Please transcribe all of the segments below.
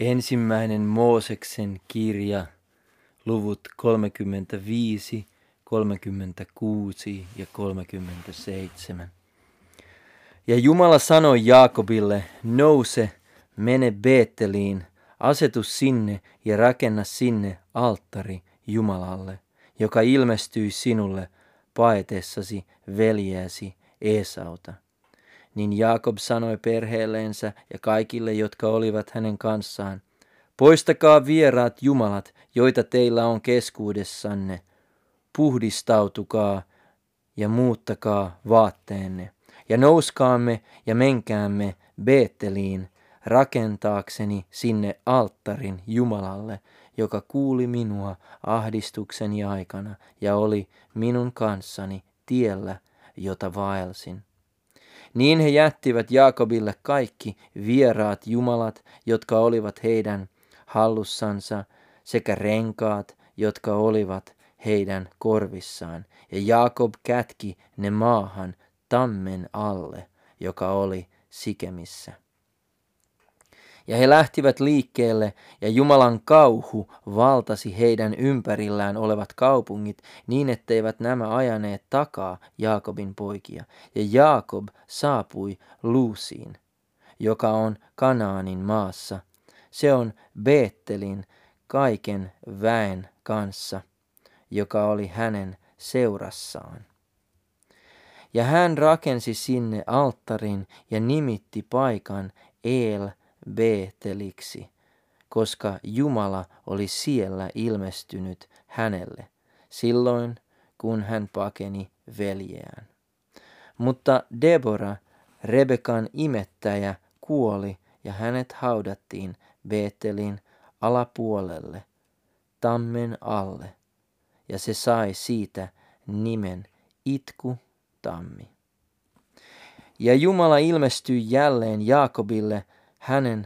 Ensimmäinen Mooseksen kirja, luvut 35, 36 ja 37. Ja Jumala sanoi Jaakobille, nouse, mene Beeteliin, asetu sinne ja rakenna sinne alttari Jumalalle, joka ilmestyi sinulle paetessasi veljeäsi Eesauta. Niin Jaakob sanoi perheelleensä ja kaikille, jotka olivat hänen kanssaan, poistakaa vieraat jumalat, joita teillä on keskuudessanne, puhdistautukaa ja muuttakaa vaatteenne, ja nouskaamme ja menkäämme Beeteliin rakentaakseni sinne alttarin Jumalalle, joka kuuli minua ahdistukseni aikana ja oli minun kanssani tiellä, jota vaelsin. Niin he jättivät Jaakobille kaikki vieraat jumalat, jotka olivat heidän hallussansa, sekä renkaat, jotka olivat heidän korvissaan. Ja Jaakob kätki ne maahan tammen alle, joka oli Sikemissä. Ja he lähtivät liikkeelle, ja Jumalan kauhu valtasi heidän ympärillään olevat kaupungit, niin etteivät nämä ajaneet takaa Jaakobin poikia. Ja Jaakob saapui Luusiin, joka on Kanaanin maassa. Se on Beettelin kaiken väen kanssa, joka oli hänen seurassaan. Ja hän rakensi sinne alttarin ja nimitti paikan El Beeteliksi, koska Jumala oli siellä ilmestynyt hänelle, silloin kun hän pakeni veljeään. Mutta Debora, Rebekan imettäjä, kuoli ja hänet haudattiin Beetelin alapuolelle, tammen alle, ja se sai siitä nimen Itku-tammi. Ja Jumala ilmestyi jälleen Jaakobille hänen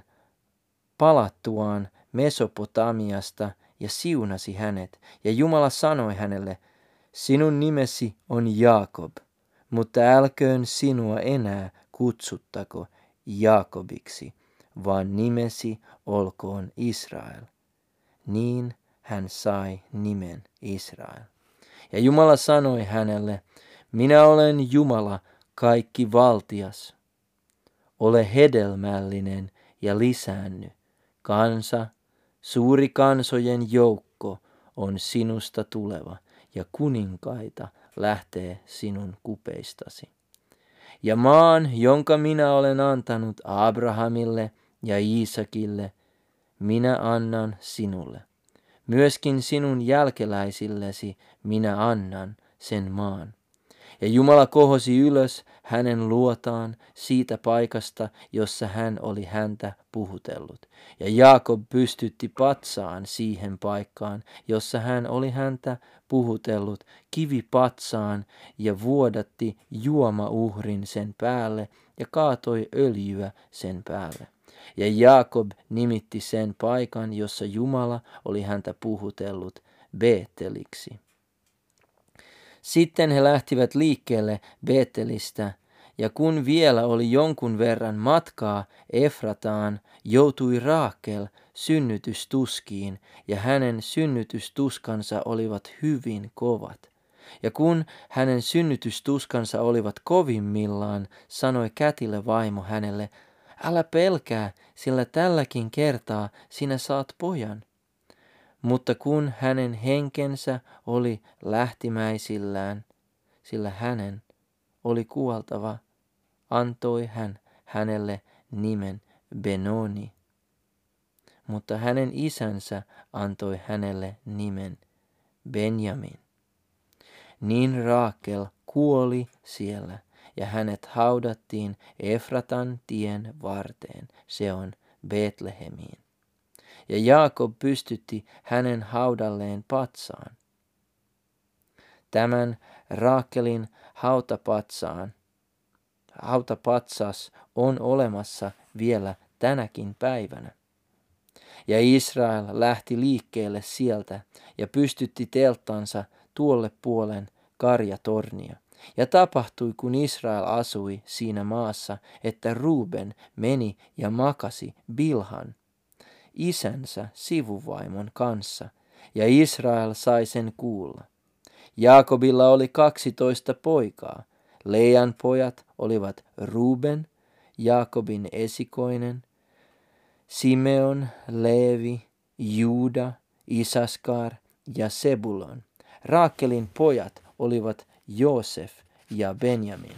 palattuaan Mesopotamiasta ja siunasi hänet. Ja Jumala sanoi hänelle, sinun nimesi on Jaakob, mutta älköön sinua enää kutsuttako Jaakobiksi, vaan nimesi olkoon Israel. Niin hän sai nimen Israel. Ja Jumala sanoi hänelle, minä olen Jumala kaikki valtias. Ole hedelmällinen ja lisäänny. Kansa, suuri kansojen joukko on sinusta tuleva ja kuninkaita lähtee sinun kupeistasi. Ja maan, jonka minä olen antanut Abrahamille ja Iisakille, minä annan sinulle. Myöskin sinun jälkeläisillesi minä annan sen maan. Ja Jumala kohosi ylös hänen luotaan siitä paikasta, jossa hän oli häntä puhutellut. Ja Jaakob pystytti patsaan siihen paikkaan, jossa hän oli häntä puhutellut, kivipatsaan ja vuodatti juomauhrin sen päälle ja kaatoi öljyä sen päälle. Ja Jaakob nimitti sen paikan, jossa Jumala oli häntä puhutellut, Beeteliksi. Sitten he lähtivät liikkeelle Beetelistä, ja kun vielä oli jonkun verran matkaa Efrataan, joutui Raakel synnytystuskiin, ja hänen synnytystuskansa olivat hyvin kovat. Ja kun hänen synnytystuskansa olivat kovimmillaan, sanoi kätilö vaimo hänelle, älä pelkää, sillä tälläkin kertaa sinä saat pojan. Mutta kun hänen henkensä oli lähtimäisillään, sillä hänen oli kuoltava, antoi hän hänelle nimen Benoni. Mutta hänen isänsä antoi hänelle nimen Benjamin. Niin Raakel kuoli siellä, ja hänet haudattiin Efratan tien varteen, se on Betlehemiin. Ja Jaakob pystytti hänen haudalleen patsaan. Tämän Raakelin hautapatsas on olemassa vielä tänäkin päivänä. Ja Israel lähti liikkeelle sieltä ja pystytti telttansa tuolle puolen karjatornia. Ja tapahtui, kun Israel asui siinä maassa, että Ruben meni ja makasi Bilhan, isänsä sivuvaimon kanssa, ja Israel sai sen kuulla. Jaakobilla oli 12 poikaa. Lean pojat olivat Ruben, Jaakobin esikoinen, Simeon, Leevi, Juuda, Isaskar ja Sebulon. Raakelin pojat olivat Joosef ja Benjamin.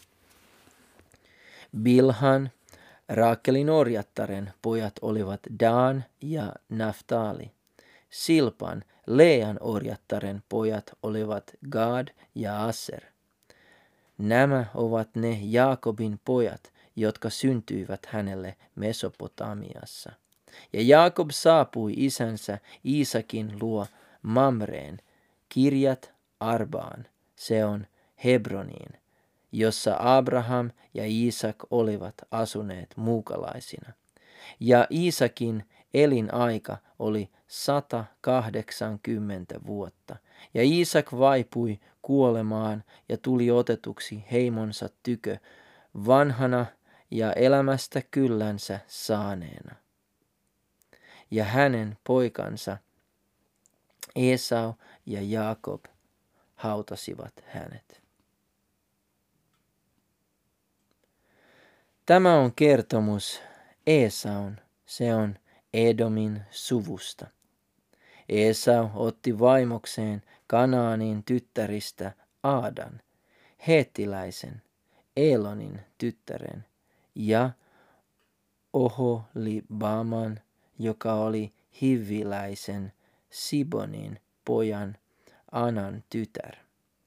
Bilhan, Raakelin orjattaren pojat olivat Dan ja Naftali. Silpan, Lean orjattaren pojat olivat Gad ja Aser. Nämä ovat ne Jaakobin pojat, jotka syntyivät hänelle Mesopotamiassa. Ja Jaakob saapui isänsä Iisakin luo Mamreen, Kirjat Arbaan, se on Hebroniin, jossa Abraham ja Iisak olivat asuneet muukalaisina. Ja Iisakin elinaika oli 180 vuotta. Ja Iisak vaipui kuolemaan ja tuli otetuksi heimonsa tykö vanhana ja elämästä kyllänsä saaneena. Ja hänen poikansa Esau ja Jaakob hautasivat hänet. Tämä on kertomus Esaun, se on Edomin suvusta. Esau otti vaimokseen Kanaanin tyttäristä Aadan, heettiläisen, Elonin tyttären, ja Oholibaman, joka oli hiviläisen Sibonin pojan Anan tytär,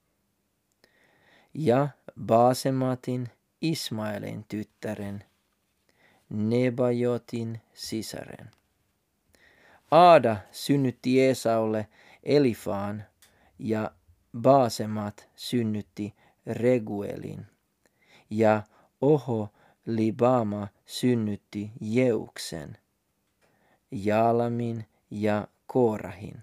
ja Basematin, Ismaelin tyttären, Nebajotin sisaren. Aada synnytti Esaulle Elifaan ja Basemat synnytti Reguelin ja Oholibama synnytti Jeuksen, Jaalamin ja Koorahin.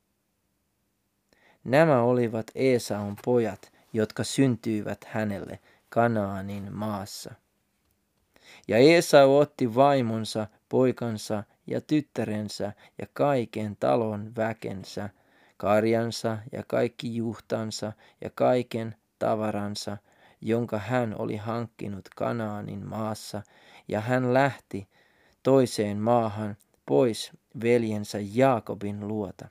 Nämä olivat Esaun pojat, jotka syntyivät hänelle Kanaanin maassa. Ja Esau otti vaimonsa, poikansa ja tyttärensä ja kaiken talon väkensä, karjansa ja kaikki juhtansa ja kaiken tavaransa, jonka hän oli hankkinut Kanaanin maassa, ja hän lähti toiseen maahan pois veljensä Jaakobin luota.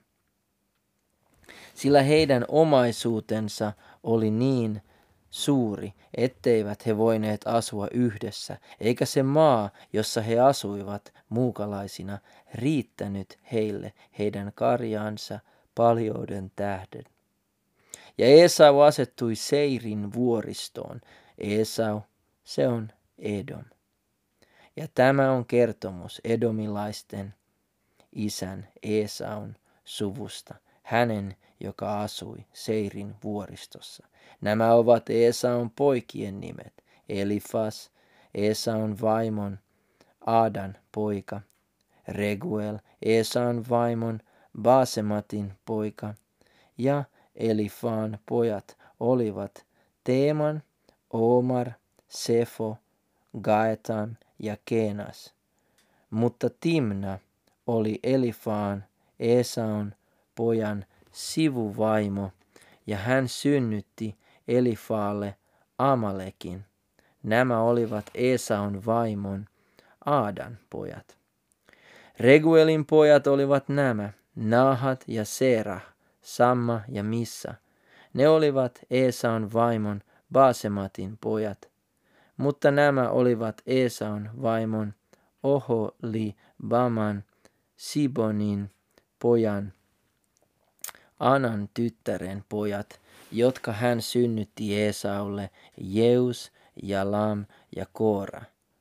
Sillä heidän omaisuutensa oli niin suuri, etteivät he voineet asua yhdessä, eikä se maa, jossa he asuivat muukalaisina, riittänyt heille heidän karjaansa paljouden tähden. Ja Esau asettui Seirin vuoristoon. Esau, se on Edom. Ja tämä on kertomus edomilaisten isän Esaun suvusta, hänen, joka asui Seirin vuoristossa. Nämä ovat Esaun poikien nimet: Elifas, Esaun vaimon Aadan poika; Reguel, Esaun vaimon Basematin poika; ja Elifaan pojat olivat Teeman, Omar, Sefo, Gaetam ja Kenas. Mutta Timna oli Elifaan, Esaun pojan sivuvaimo, ja hän synnytti Elifaalle Amalekin. Nämä olivat Esaun vaimon Aadan pojat. Reguelin pojat olivat nämä: Nahat ja Serah, Samma ja Missa. Ne olivat Esaun vaimon Basematin pojat. Mutta nämä olivat Esaun vaimon Oholibaman, Sibonin pojan Anan tyttären pojat, jotka hän synnytti Esaulle: Jeus, Jalam ja Koora.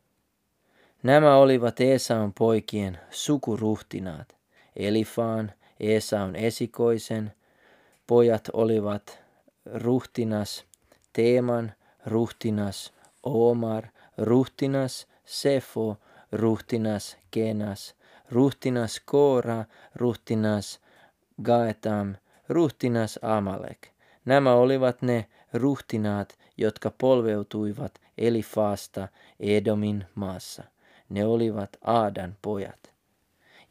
Nämä olivat Esaun poikien sukuruhtinaat. Elifaan, Esaun esikoisen pojat olivat ruhtinas Teeman, ruhtinas Omar, ruhtinas Sefo, ruhtinas Kenas, ruhtinas Koora, ruhtinas Gaetam, ruhtinas Amalek. Nämä olivat ne ruhtinaat, jotka polveutuivat Elifaasta Edomin maassa. Ne olivat Aadan pojat.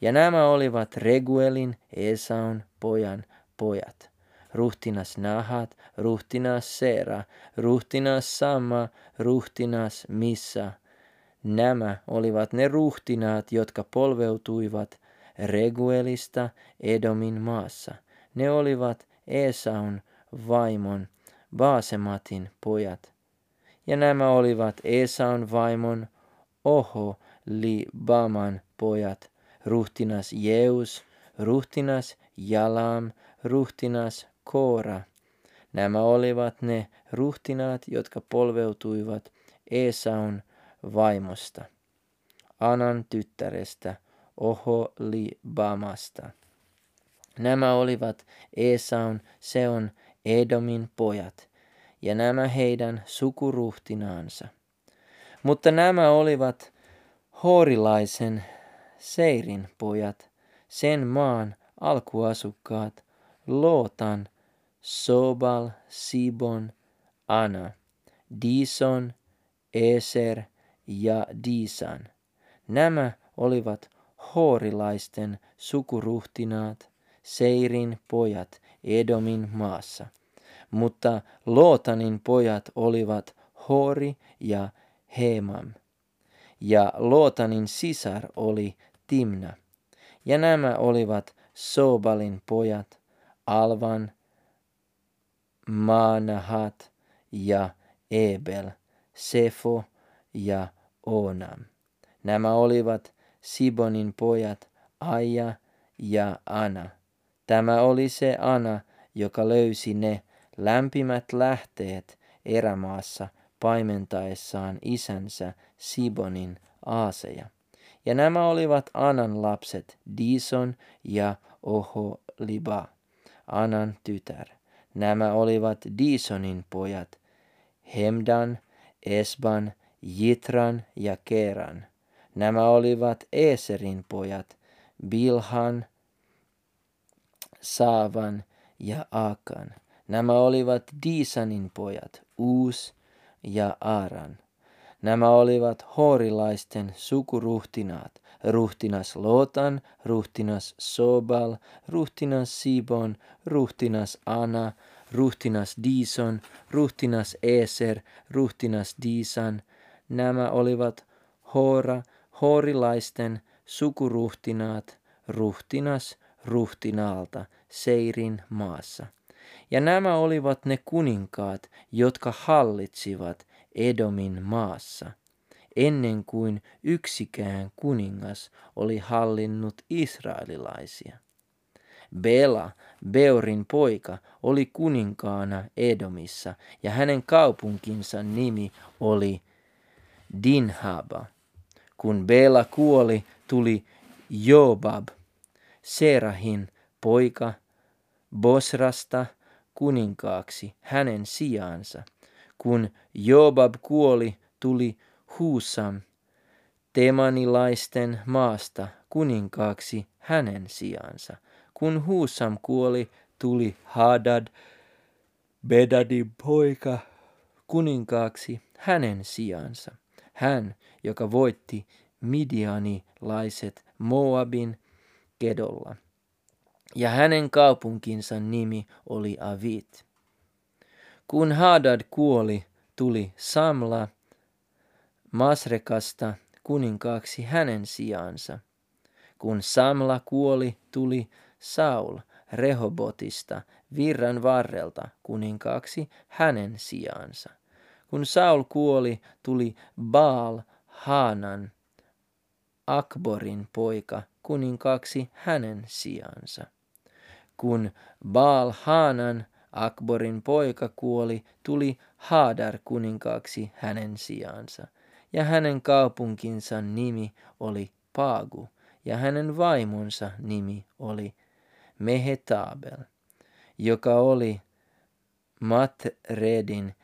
Ja nämä olivat Reguelin, Esaun pojan pojat. Ruhtinas Nahat, ruhtinas Sera, ruhtinas Sama, ruhtinas Missa. Nämä olivat ne ruhtinaat, jotka polveutuivat Reguelista Edomin maassa. Ne olivat Esaun vaimon Baasematin pojat. Ja nämä olivat Esaun vaimon Oholibaman pojat, ruhtinas Jeus, ruhtinas Jalam, ruhtinas Koora. Nämä olivat ne ruhtinaat, jotka polveutuivat Esaun vaimosta, Anan tyttärestä, Oholibamasta. Nämä olivat Esaun, se on Edomin pojat, ja nämä heidän sukuruhtinaansa. Mutta nämä olivat horilaisen Seirin pojat, sen maan alkuasukkaat, Lootan, Sobal, Sibon, Ana, Dison, Eser ja Disan. Nämä olivat horilaisten sukuruhtinaat, Seirin pojat Edomin maassa. Mutta Lootanin pojat olivat Hori ja Hemam. Ja Lootanin sisar oli Timna. Ja nämä olivat Sobalin pojat, Alvan, Maanahat ja Ebel, Sefo ja Onam. Nämä olivat Sibonin pojat, Aija ja Ana. Tämä oli se Ana, joka löysi ne lämpimät lähteet erämaassa paimentaessaan isänsä Sibonin aaseja. Ja nämä olivat Anan lapset, Dison ja Oholiba, Anan tytär. Nämä olivat Disonin pojat, Hemdan, Esban, Jitran ja Keran. Nämä olivat Eserin pojat, Bilhan, Saavan ja Akan. Nämä olivat Disanin pojat, Uus ja Aran. Nämä olivat horilaisten sukuruhtinaat, ruhtinas Lootan, ruhtinas Sobal, ruhtinas Sibon, ruhtinas Ana, ruhtinas Dison, ruhtinas Eser, ruhtinas Disan. Nämä olivat horilaisten sukuruhtinaat, ruhtinas ruhtinaalta Seirin maassa. Ja nämä olivat ne kuninkaat, jotka hallitsivat Edomin maassa, ennen kuin yksikään kuningas oli hallinnut israelilaisia. Bela, Beorin poika, oli kuninkaana Edomissa, ja hänen kaupunkinsa nimi oli Dinhaba. Kun Bela kuoli, tuli Jobab, Serahin poika, Bosrasta kuninkaaksi hänen sijaansa. Kun Jobab kuoli, tuli Husam temanilaisten maasta kuninkaaksi hänen sijaansa. Kun Husam kuoli, tuli Hadad, Bedadin poika, kuninkaaksi hänen sijaansa. Hän, joka voitti midianilaiset Moabin Kedolla. Ja hänen kaupunkinsa nimi oli Avit. Kun Hadad kuoli, tuli Samla Masrekasta kuninkaaksi hänen sijaansa. Kun Samla kuoli, tuli Saul Rehobotista virran varrelta kuninkaaksi hänen sijaansa. Kun Saul kuoli, tuli Baal Hanan, Akborin poika, kuninkaaksi hänen sijaansa. Kun Baal Hanan, Akborin poika, kuoli, tuli Hadar kuninkaaksi hänen sijaansa. Ja hänen kaupunkinsa nimi oli Paagu, ja hänen vaimonsa nimi oli Mehetabel, joka oli Matredin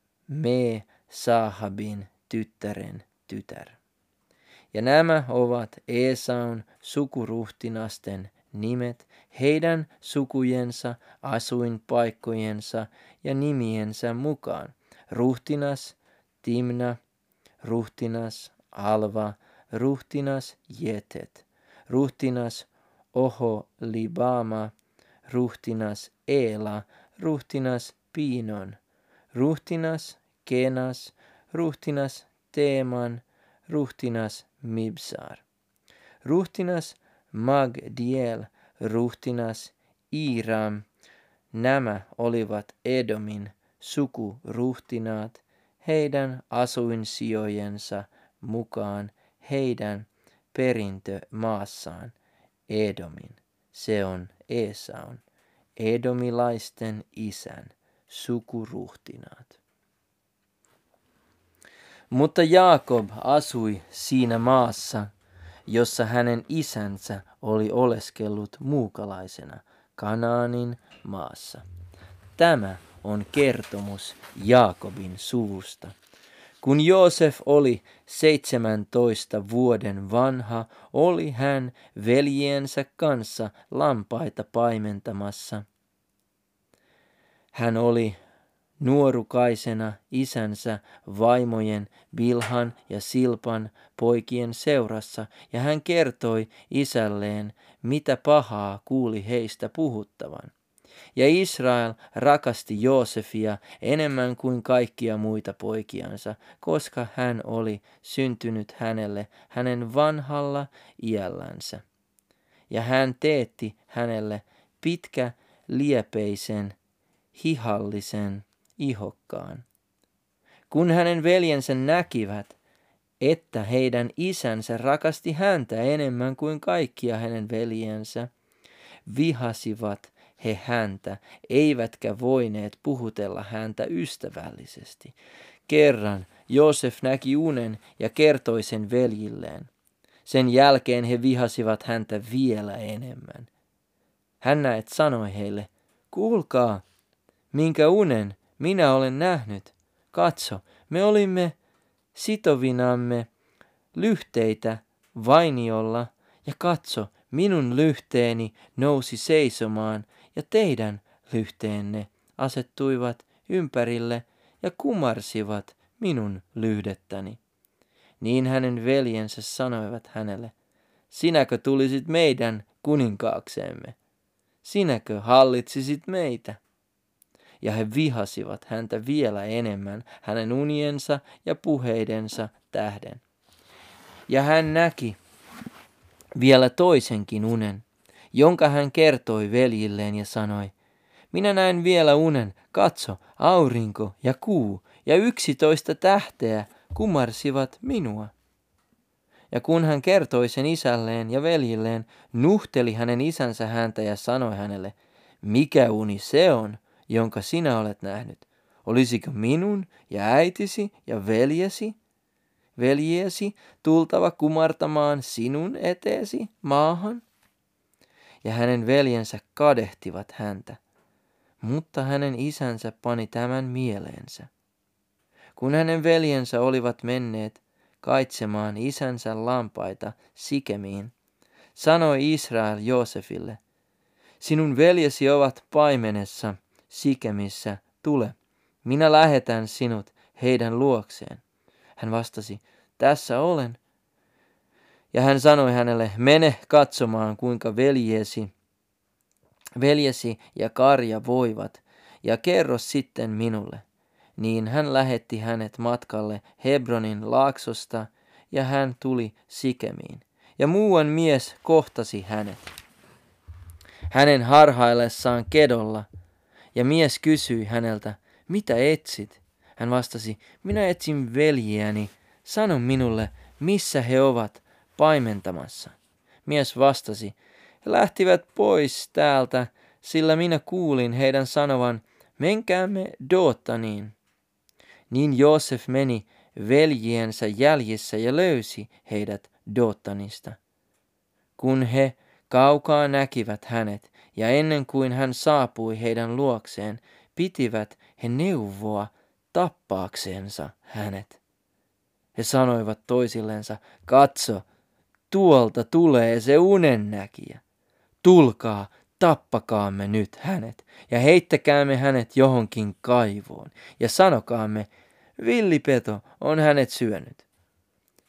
Me-Sahabin tyttären tytär. Ja nämä ovat Esaun sukuruhtinasten nimet, heidän sukujensa, asuinpaikkojensa ja nimiensä mukaan. Ruhtinas Timna, ruhtinas Alva, ruhtinas Jetet, ruhtinas Oholibama, ruhtinas Eela, ruhtinas Piinon, ruhtinas Kenas, ruhtinas Teeman, ruhtinas Mibsar, ruhtinas Magdiel, ruhtinas Iram. Nämä olivat Edomin sukuruhtinaat heidän asuinsijojensa mukaan heidän perintömaassaan Edomin. Se on Esaun, edomilaisten isän sukuruhtinaat. Mutta Jaakob asui siinä maassa, jossa hänen isänsä oli oleskellut muukalaisena Kanaanin maassa. Tämä on kertomus Jaakobin suvusta. Kun Joosef oli 17 vuoden vanha, oli hän veljiensä kanssa lampaita paimentamassa. Hän oli nuorukaisena isänsä vaimojen Bilhan ja Silpan poikien seurassa, ja hän kertoi isälleen, mitä pahaa kuuli heistä puhuttavan. Ja Israel rakasti Joosefia enemmän kuin kaikkia muita poikiansa, koska hän oli syntynyt hänelle hänen vanhalla iällänsä. Ja hän teetti hänelle pitkäliepeisen, hihallisen ihokkaan. Kun hänen veljensä näkivät, että heidän isänsä rakasti häntä enemmän kuin kaikkia hänen veljensä, vihasivat he häntä, eivätkä voineet puhutella häntä ystävällisesti. Kerran Joosef näki unen ja kertoi sen veljilleen. Sen jälkeen he vihasivat häntä vielä enemmän. Hän näet sanoi heille, kuulkaa, minkä unen minä olen nähnyt. Katso, me olimme sitovinamme lyhteitä vainiolla, ja katso, minun lyhteeni nousi seisomaan, ja teidän lyhteenne asettuivat ympärille ja kumarsivat minun lyhdettäni. Niin hänen veljensä sanoivat hänelle, sinäkö tulisit meidän kuninkaaksemme? Sinäkö hallitsisit meitä? Ja he vihasivat häntä vielä enemmän hänen uniensa ja puheidensa tähden. Ja hän näki vielä toisenkin unen, jonka hän kertoi veljilleen ja sanoi, minä näen vielä unen, katso, aurinko ja kuu ja 11 tähteä kumarsivat minua. Ja kun hän kertoi sen isälleen ja veljilleen, nuhteli hänen isänsä häntä ja sanoi hänelle, mikä uni se on, jonka sinä olet nähnyt? Olisiko minun ja äitisi ja veljesi tultava kumartamaan sinun eteesi maahan? Ja hänen veljensä kadehtivat häntä, mutta hänen isänsä pani tämän mieleensä. Kun hänen veljensä olivat menneet kaitsemaan isänsä lampaita Sikemiin, sanoi Israel Joosefille, sinun veljesi ovat paimenessa Sikemissä, tule, minä lähetän sinut heidän luokseen. Hän vastasi, tässä olen. Ja hän sanoi hänelle, mene katsomaan, kuinka veljesi ja karja voivat, ja kerro sitten minulle. Niin hän lähetti hänet matkalle Hebronin laaksosta, ja hän tuli Sikemiin. Ja muuan mies kohtasi hänet, hänen harhaillessaan kedolla, ja mies kysyi häneltä, mitä etsit? Hän vastasi, minä etsin veljiäni, sano minulle, missä he ovat paimentamassa. Mies vastasi, he lähtivät pois täältä, sillä minä kuulin heidän sanovan, menkäämme Doottaniin. Niin Joosef meni veljiensä jäljissä ja löysi heidät Doottanista. Kun he kaukaa näkivät hänet, ja ennen kuin hän saapui heidän luokseen, pitivät he neuvoa tappaakseensa hänet. He sanoivat toisillensa, katso, tuolta tulee se unennäkijä. Tulkaa, tappakaamme nyt hänet ja heittäkäämme hänet johonkin kaivoon ja sanokaamme, villipeto on hänet syönyt.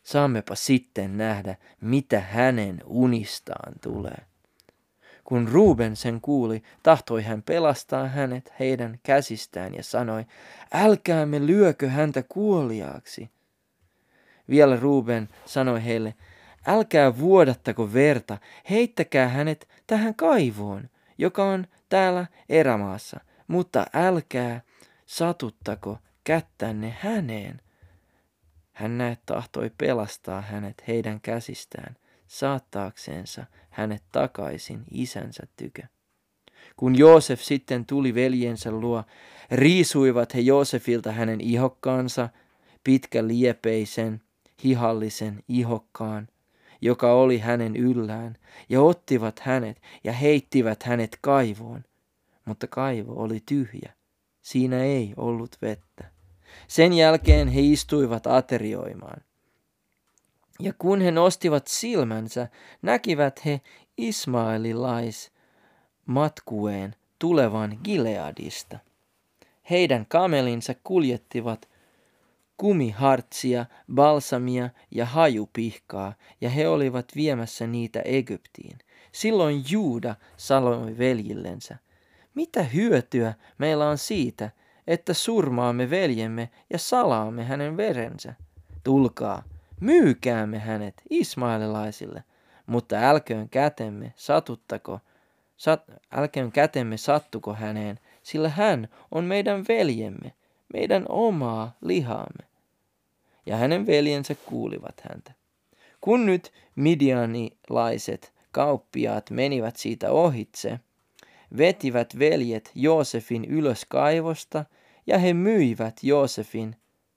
Saammepa sitten nähdä, mitä hänen unistaan tulee. Kun Ruben sen kuuli, tahtoi hän pelastaa hänet heidän käsistään ja sanoi, älkäämme lyökö häntä kuoliaaksi. Vielä Ruben sanoi heille, älkää vuodattako verta, heittäkää hänet tähän kaivoon, joka on täällä erämaassa, mutta älkää satuttako kättänne häneen. Hän tahtoi pelastaa hänet heidän käsistään, saattaakseensa hänet takaisin isänsä tykö. Kun Joosef sitten tuli veljensä luo, riisuivat he Joosefilta hänen ihokkaansa, pitkäliepeisen, hihallisen ihokkaan, joka oli hänen yllään, ja ottivat hänet ja heittivät hänet kaivoon. Mutta kaivo oli tyhjä, siinä ei ollut vettä. Sen jälkeen he istuivat aterioimaan. Ja kun he nostivat silmänsä, näkivät he ismaelilaismatkueen tulevan Gileadista. Heidän kamelinsa kuljettivat kumihartsia, balsamia ja hajupihkaa, ja he olivat viemässä niitä Egyptiin. Silloin Juuda sanoi veljillensä, mitä hyötyä meillä on siitä, että surmaamme veljemme ja salaamme hänen verensä? Tulkaa, myykäämme hänet ismaelilaisille, mutta älköön kätemme sattuko häneen, sillä hän on meidän veljemme, meidän omaa lihaamme. Ja hänen veljensä kuulivat häntä. Kun nyt midianilaiset kauppiaat menivät siitä ohitse, vetivät veljet Joosefin ylös kaivosta, ja he myivät Joosefin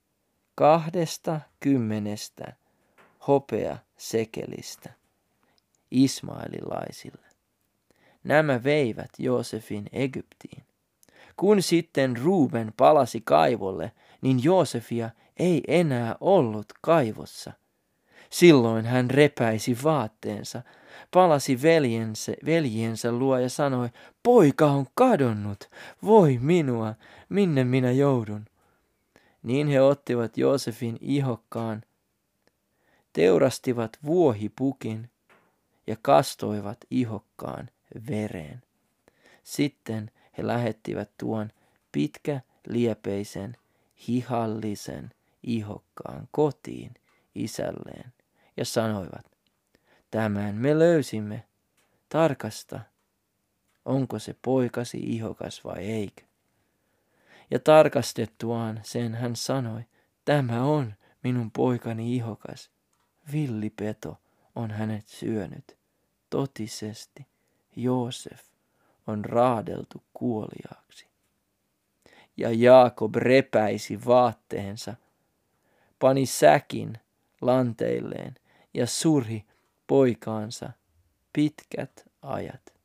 20 hopeasekelistä ismaelilaisille. Nämä veivät Joosefin Egyptiin. Kun sitten Ruben palasi kaivolle, niin Joosefia ei enää ollut kaivossa. Silloin hän repäisi vaatteensa, palasi veljiensä luo ja sanoi, poika on kadonnut, voi minua, minne minä joudun. Niin he ottivat Joosefin ihokkaan, teurastivat vuohipukin ja kastoivat ihokkaan vereen. Sitten he lähettivät tuon pitkäliepeisen, hihallisen ihokkaan kotiin isälleen ja sanoivat, tämän me löysimme, tarkasta, onko se poikasi ihokas vai eikö. Ja tarkastettuaan sen hän sanoi, tämä on minun poikani ihokas, villipeto on hänet syönyt, totisesti Joosef on raadeltu kuoliaaksi. Ja Jaakob repäisi vaatteensa, pani säkin lanteilleen ja suri poikaansa pitkät ajat.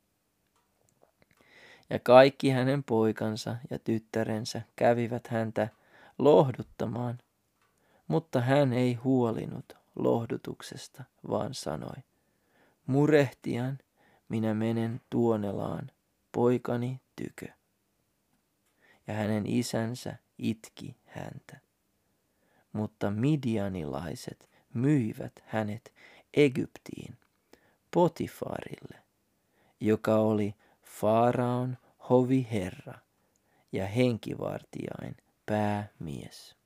Ja kaikki hänen poikansa ja tyttärensä kävivät häntä lohduttamaan, mutta hän ei huolinut lohdutuksesta, vaan sanoi, murehtian minä menen Tuonelaan poikani tykö. Ja hänen isänsä itki häntä. Mutta midianilaiset myivät hänet Egyptiin Potifarille, joka oli Faaraon hoviherra ja henkivartijain päämies.